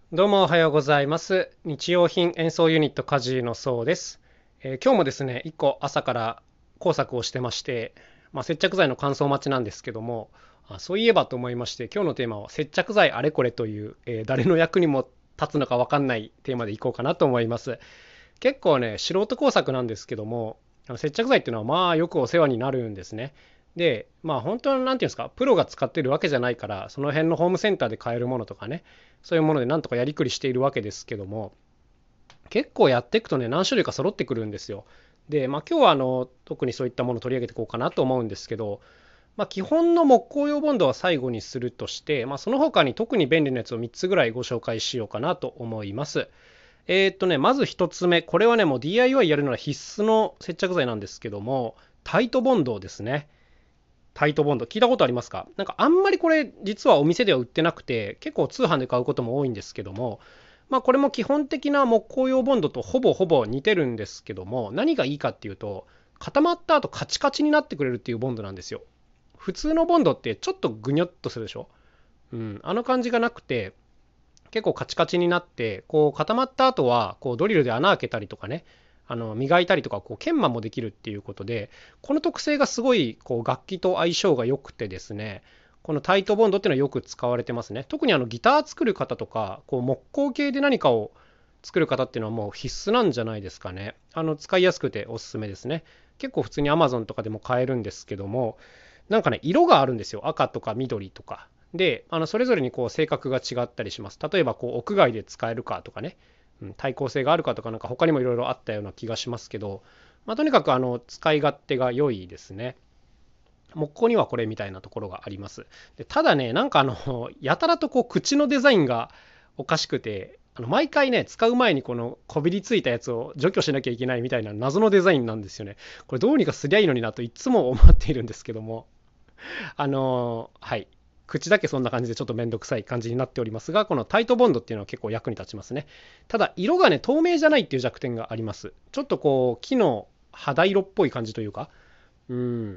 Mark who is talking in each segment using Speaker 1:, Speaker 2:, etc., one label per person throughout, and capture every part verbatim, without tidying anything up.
Speaker 1: どうもおはようございます。日用品演奏ユニットカジのそうです。えー今日もですね、いっこ朝から工作をしてまして、まあ、接着剤の乾燥待ちなんですけども、あ、そういえばと思いまして、今日のテーマは接着剤あれこれという、えー誰の役にも立つのかわかんないテーマでいこうかなと思います。結構ね、素人工作なんですけども、あの接着剤っていうのはまあよくお世話になるんですね。で、まあ本当になんていうんですか、プロが使ってるわけじゃないから、その辺のホームセンターで買えるものとかね、そういうものでなんとかやりくりしているわけですけども、結構やっていくとね、何種類か揃ってくるんですよ。で、まあ今日はあの、特にそういったものを取り上げていこうかなと思うんですけど、まあ基本の木工用ボンドは最後にするとして、まあその他に特に便利なやつをみっつぐらいご紹介しようかなと思います。えーっとね、まず一つ目、これはね、もう ディーアイワイ やるなら必須の接着剤なんですけども、タイトボンドですね。タイトボンド。聞いたことありますか？なんかあんまりこれ実はお店では売ってなくて、結構通販で買うことも多いんですけども、まあこれも基本的な木工用ボンドとほぼほぼ似てるんですけども、何がいいかっていうと、固まった後カチカチになってくれるっていうボンドなんですよ。普通のボンドってちょっとグニョッとするでしょ？うん、あの感じがなくて、結構カチカチになって、こう固まった後はこうドリルで穴開けたりとかね、あの磨いたりとかこう研磨もできるっていうことで、この特性がすごいこう楽器と相性が良くてですね、このタイトボンドっていうのはよく使われてますね。特にあのギター作る方とか、こう木工系で何かを作る方っていうのはもう必須なんじゃないですかね。あの使いやすくておすすめですね。結構普通に Amazon とかでも買えるんですけども、なんかね、色があるんですよ。赤とか緑とか。で、あのそれぞれにこう性格が違ったりします。例えばこう屋外で使えるかとかね、うん、対抗性があるかとか、なんか他にもいろいろあったような気がしますけど、まあ、とにかくあの使い勝手が良いですね。木工にはこれみたいなところがあります。でただね、なんかあの、やたらとこう口のデザインがおかしくて、あの毎回ね、使う前にこのこびりついたやつを除去しなきゃいけないみたいな謎のデザインなんですよね。これどうにかすりゃいいのになといつも思っているんですけども、あのーはい。口だけそんな感じでちょっとめんどくさい感じになっておりますが、このタイトボンドっていうのは結構役に立ちますね。ただ、色がね、透明じゃないっていう弱点があります。ちょっとこう、木の肌色っぽい感じというか。うん。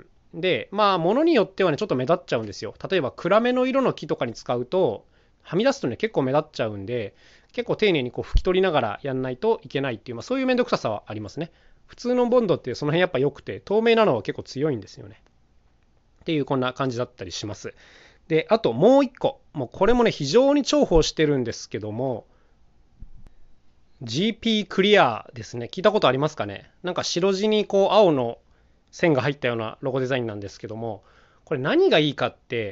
Speaker 1: で、まあ、ものによってはね、ちょっと目立っちゃうんですよ。例えば、暗めの色の木とかに使うと、はみ出すとね、結構目立っちゃうんで、結構丁寧にこう拭き取りながらやんないといけないっていう、まあ、そういうめんどくささはありますね。普通のボンドってその辺やっぱ良くて、透明なのは結構強いんですよね。っていうこんな感じだったりします。で、あともう一個、もうこれもね、非常に重宝してるんですけども、ジーピー クリアですね。聞いたことありますかね？なんか白地にこう青の線が入ったようなロゴデザインなんですけども、これ何がいいかって、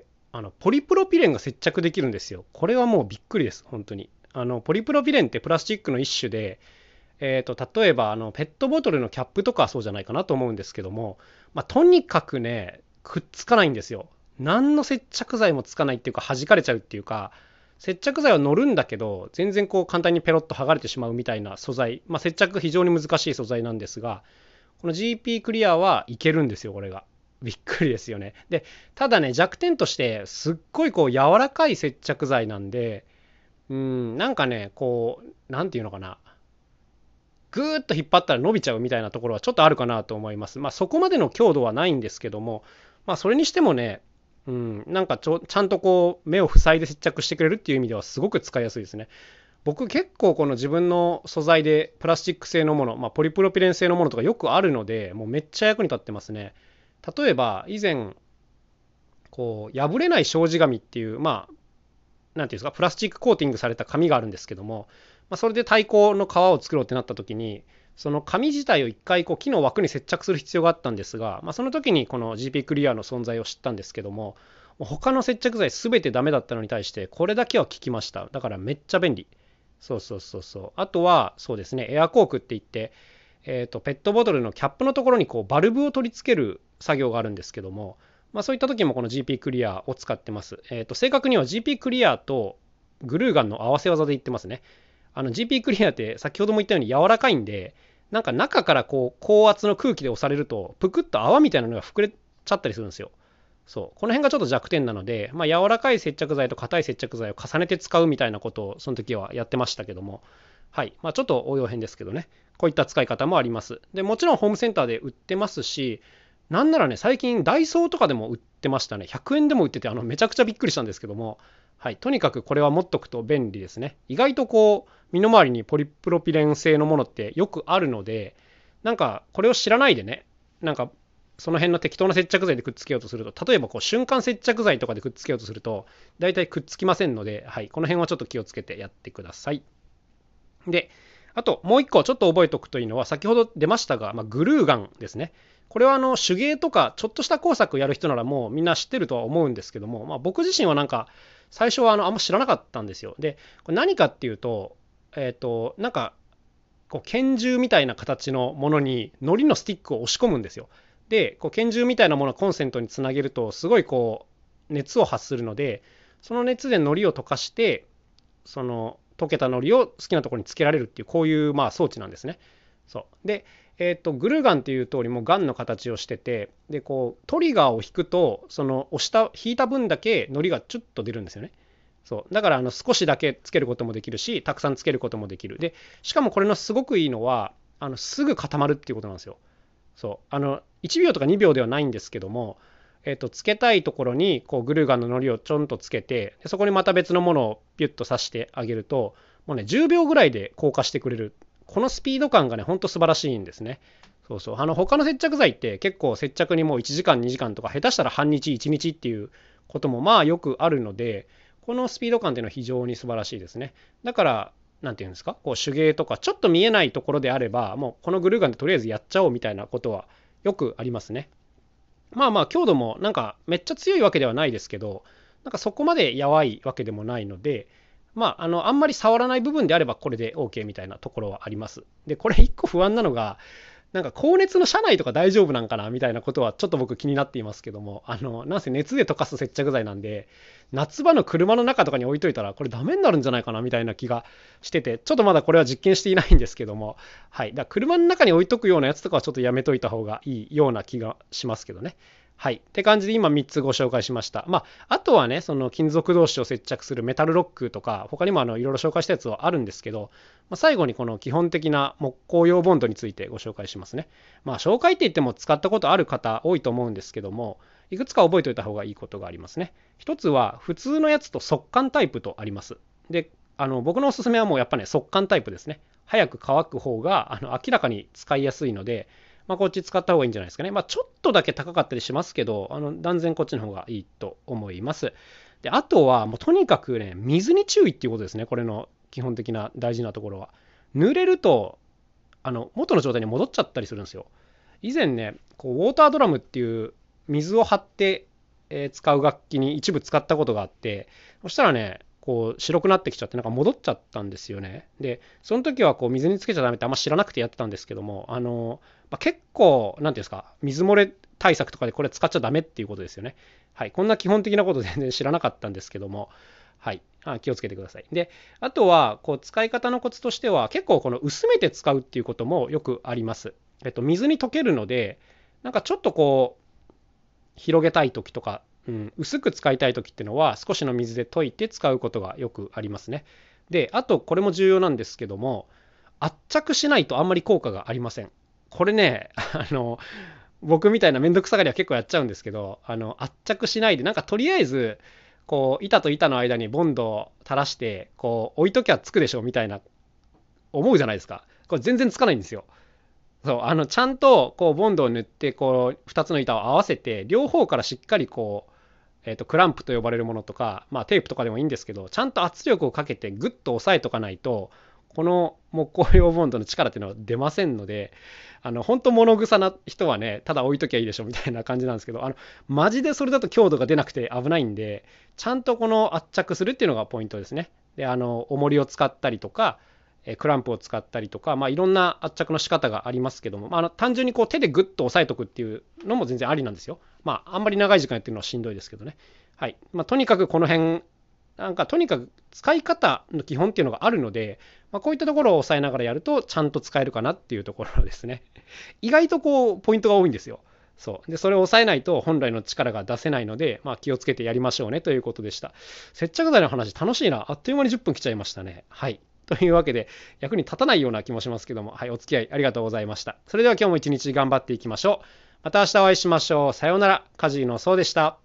Speaker 1: あの、ポリプロピレンが接着できるんですよ。これはもうびっくりです、本当に。あの、ポリプロピレンってプラスチックの一種で、えーと、例えばあのペットボトルのキャップとかはそうじゃないかなと思うんですけども、まあ、とにかくね、くっつかないんですよ。何の接着剤もつかないっていうか、弾かれちゃうっていうか、接着剤は乗るんだけど、全然こう簡単にペロッと剥がれてしまうみたいな素材、まあ、接着が非常に難しい素材なんですが、この ジーピー クリアはいけるんですよ、これが。びっくりですよね。で、ただね、弱点として、すっごいこう柔らかい接着剤なんで、うん、なんかね、こう、なんていうのかな、ぐーっと引っ張ったら伸びちゃうみたいなところはちょっとあるかなと思います。まあそこまでの強度はないんですけども、まあそれにしてもね、うん、なんかちょちゃんとこう目を塞いで接着してくれるっていう意味ではすごく使いやすいですね。僕結構この自分の素材でプラスチック製のもの、まあ、ポリプロピレン製のものとかよくあるので、もうめっちゃ役に立ってますね。例えば以前、こう破れない障子紙っていう、まあなんていうんですか、プラスチックコーティングされた紙があるんですけども、まあ、それで太鼓の皮を作ろうってなった時に、その紙自体を一回こう木の枠に接着する必要があったんですが、まあ、その時にこの ジーピー クリアの存在を知ったんですけども、他の接着剤全てダメだったのに対してこれだけは効きました。だからめっちゃ便利。そうそうそうそう。あとはそうですね、エアコークって言って、えーとペットボトルのキャップのところにこうバルブを取り付ける作業があるんですけども、まあ、そういった時もこの ジーピー クリアを使ってます。えーと正確には ジーピー クリアとグルーガンの合わせ技で言ってますね。あの ジーピー クリアって先ほども言ったように柔らかいんで、なんか中からこう高圧の空気で押されるとぷくっと泡みたいなのが膨れちゃったりするんですよ。そう。この辺がちょっと弱点なので、まあ、柔らかい接着剤と硬い接着剤を重ねて使うみたいなことをその時はやってましたけども、はい。まあ、ちょっと応用編ですけどね。こういった使い方もあります。で、もちろんホームセンターで売ってますし、なんならね、最近ダイソーとかでも売ってましたね。ひゃくえんでも売ってて、あの、めちゃくちゃびっくりしたんですけども、 はい、とにかくこれは持っとくと便利ですね。意外とこう身の回りにポリプロピレン製のものってよくあるので、なんかこれを知らないでね、なんかその辺の適当な接着剤でくっつけようとすると、例えばこう瞬間接着剤とかでくっつけようとすると大体くっつきませんので、はい、この辺はちょっと気をつけてやってください。で、あともう一個ちょっと覚えておくといいのは、先ほど出ましたが、まあ、グルーガンですね。これはあの手芸とかちょっとした工作をやる人ならもうみんな知ってるとは思うんですけども、まあ、僕自身はなんか最初はあのあんま知らなかったんですよ。で、これ何かっていうと、えっ、ー、と、なんかこう拳銃みたいな形のものに糊のスティックを押し込むんですよ。で、こう拳銃みたいなものをコンセントにつなげるとすごいこう熱を発するので、その熱で糊を溶かして、その溶けた糊を好きなところにつけられるっていうこういうまあ装置なんですね。そうで、えー、とグルーガンっていう通りもうガンの形をしてて、でこうトリガーを引くとその押した引いた分だけ糊がチュッと出るんですよね。そうだからあの少しだけつけることもできるし、たくさんつけることもできる。でしかもこれのすごくいいのはあのすぐ固まるっていうことなんですよ。そうあのいちびょうとかにびょうではないんですけども、えー、とつけたいところにこうグルーガンの糊をちょんとつけて、でそこにまた別のものをピュッと刺してあげると、もうねじゅうびょうぐらいで硬化してくれる。このスピード感がねほんと素晴らしいんですね。そうそう、あの他の接着剤って結構接着にもういちじかんにじかんとか下手したら半日いちにちっていうこともまあよくあるので、このスピード感っていうのは非常に素晴らしいですね。だからなんていうんですか、こう手芸とかちょっと見えないところであればもうこのグルーガンでとりあえずやっちゃおうみたいなことはよくありますね。まあまあ強度もなんかめっちゃ強いわけではないですけど、なんかそこまでやばいわけでもないので、まああのあんまり触らない部分であればこれで OK みたいなところはあります。でこれ一個不安なのが、なんか高熱の車内とか大丈夫なんかなみたいなことはちょっと僕気になっていますけども、あのなんせ熱で溶かす接着剤なんで、夏場の車の中とかに置いといたらこれダメになるんじゃないかなみたいな気がしてて、ちょっとまだこれは実験していないんですけども、はい、だから車の中に置いとくようなやつとかはちょっとやめといた方がいいような気がしますけどね。はい。って感じで今みっつご紹介しました。まあ、あとはね、その金属同士を接着するメタルロックとか、他にもあのいろいろ紹介したやつはあるんですけど、まあ、最後にこの基本的な木工用ボンドについてご紹介しますね。まあ、紹介って言っても使ったことある方多いと思うんですけども、いくつか覚えておいた方がいいことがありますね。一つは普通のやつと速乾タイプとあります。で、あの僕のおすすめはもうやっぱね、速乾タイプですね。早く乾く方があの明らかに使いやすいので、まあ、こっち使った方がいいんじゃないですかね。まあ、ちょっとだけ高かったりしますけど、あの断然こっちの方がいいと思います。で、あとはもうとにかくね、水に注意っていうことですね。これの基本的な大事なところは。濡れると、あの元の状態に戻っちゃったりするんですよ。以前ね、こうウォータードラムっていう水を張って、えー使う楽器に一部使ったことがあって、そしたらね、こう白くなってきちゃってなんか戻っちゃったんですよね。で、その時はこう水につけちゃダメってあんま知らなくてやってたんですけども、あの、まあ、結構、なんていうんですか、水漏れ対策とかでこれ使っちゃダメっていうことですよね。はい、こんな基本的なこと全然知らなかったんですけども、はい、あ気をつけてください。で、あとはこう使い方のコツとしては、結構この薄めて使うっていうこともよくあります。えっと、水に溶けるので、なんかちょっとこう、広げたい時とか、うん、薄く使いたい時っていうのは少しの水で溶いて使うことがよくありますね。で、あとこれも重要なんですけども、圧着しないとあんまり効果がありません。これね、あの、僕みたいなめんどくさがりは結構やっちゃうんですけど、あの、圧着しないで、なんかとりあえず、こう、板と板の間にボンドを垂らして、こう、置いときゃつくでしょみたいな、思うじゃないですか。これ全然つかないんですよ。そう、あの、ちゃんと、こう、ボンドを塗って、こう、ふたつの板を合わせて、両方からしっかり、こう、えっと、クランプと呼ばれるものとか、まあ、テープとかでもいいんですけど、ちゃんと圧力をかけて、グッと押さえとかないと、この木工用ボンドの力っていうのは出ませんので、あの、本当物臭な人はね、ただ置いときゃいいでしょみたいな感じなんですけど、あの、マジでそれだと強度が出なくて危ないんで、ちゃんとこの圧着するっていうのがポイントですね。で、あの、重りを使ったりとか、えクランプを使ったりとか、まあ、いろんな圧着の仕方がありますけども、まあ、あの単純にこう手でグッと押さえとくっていうのも全然ありなんですよ。まあ、あんまり長い時間やってるのはしんどいですけどね。はい。まあ、とにかくこの辺、なんかとにかく使い方の基本っていうのがあるので、まあ、こういったところを押さえながらやるとちゃんと使えるかなっていうところですね。意外とこうポイントが多いんですよ。そう。で、それを抑えないと本来の力が出せないので、まあ、気をつけてやりましょうねということでした。接着剤の話楽しいな。あっという間にじゅっぷん来ちゃいましたね。はい。というわけで、役に立たないような気もしますけども、はい、お付き合いありがとうございました。それでは今日も一日頑張っていきましょう。また明日お会いしましょう。さようなら。カジノそうでした。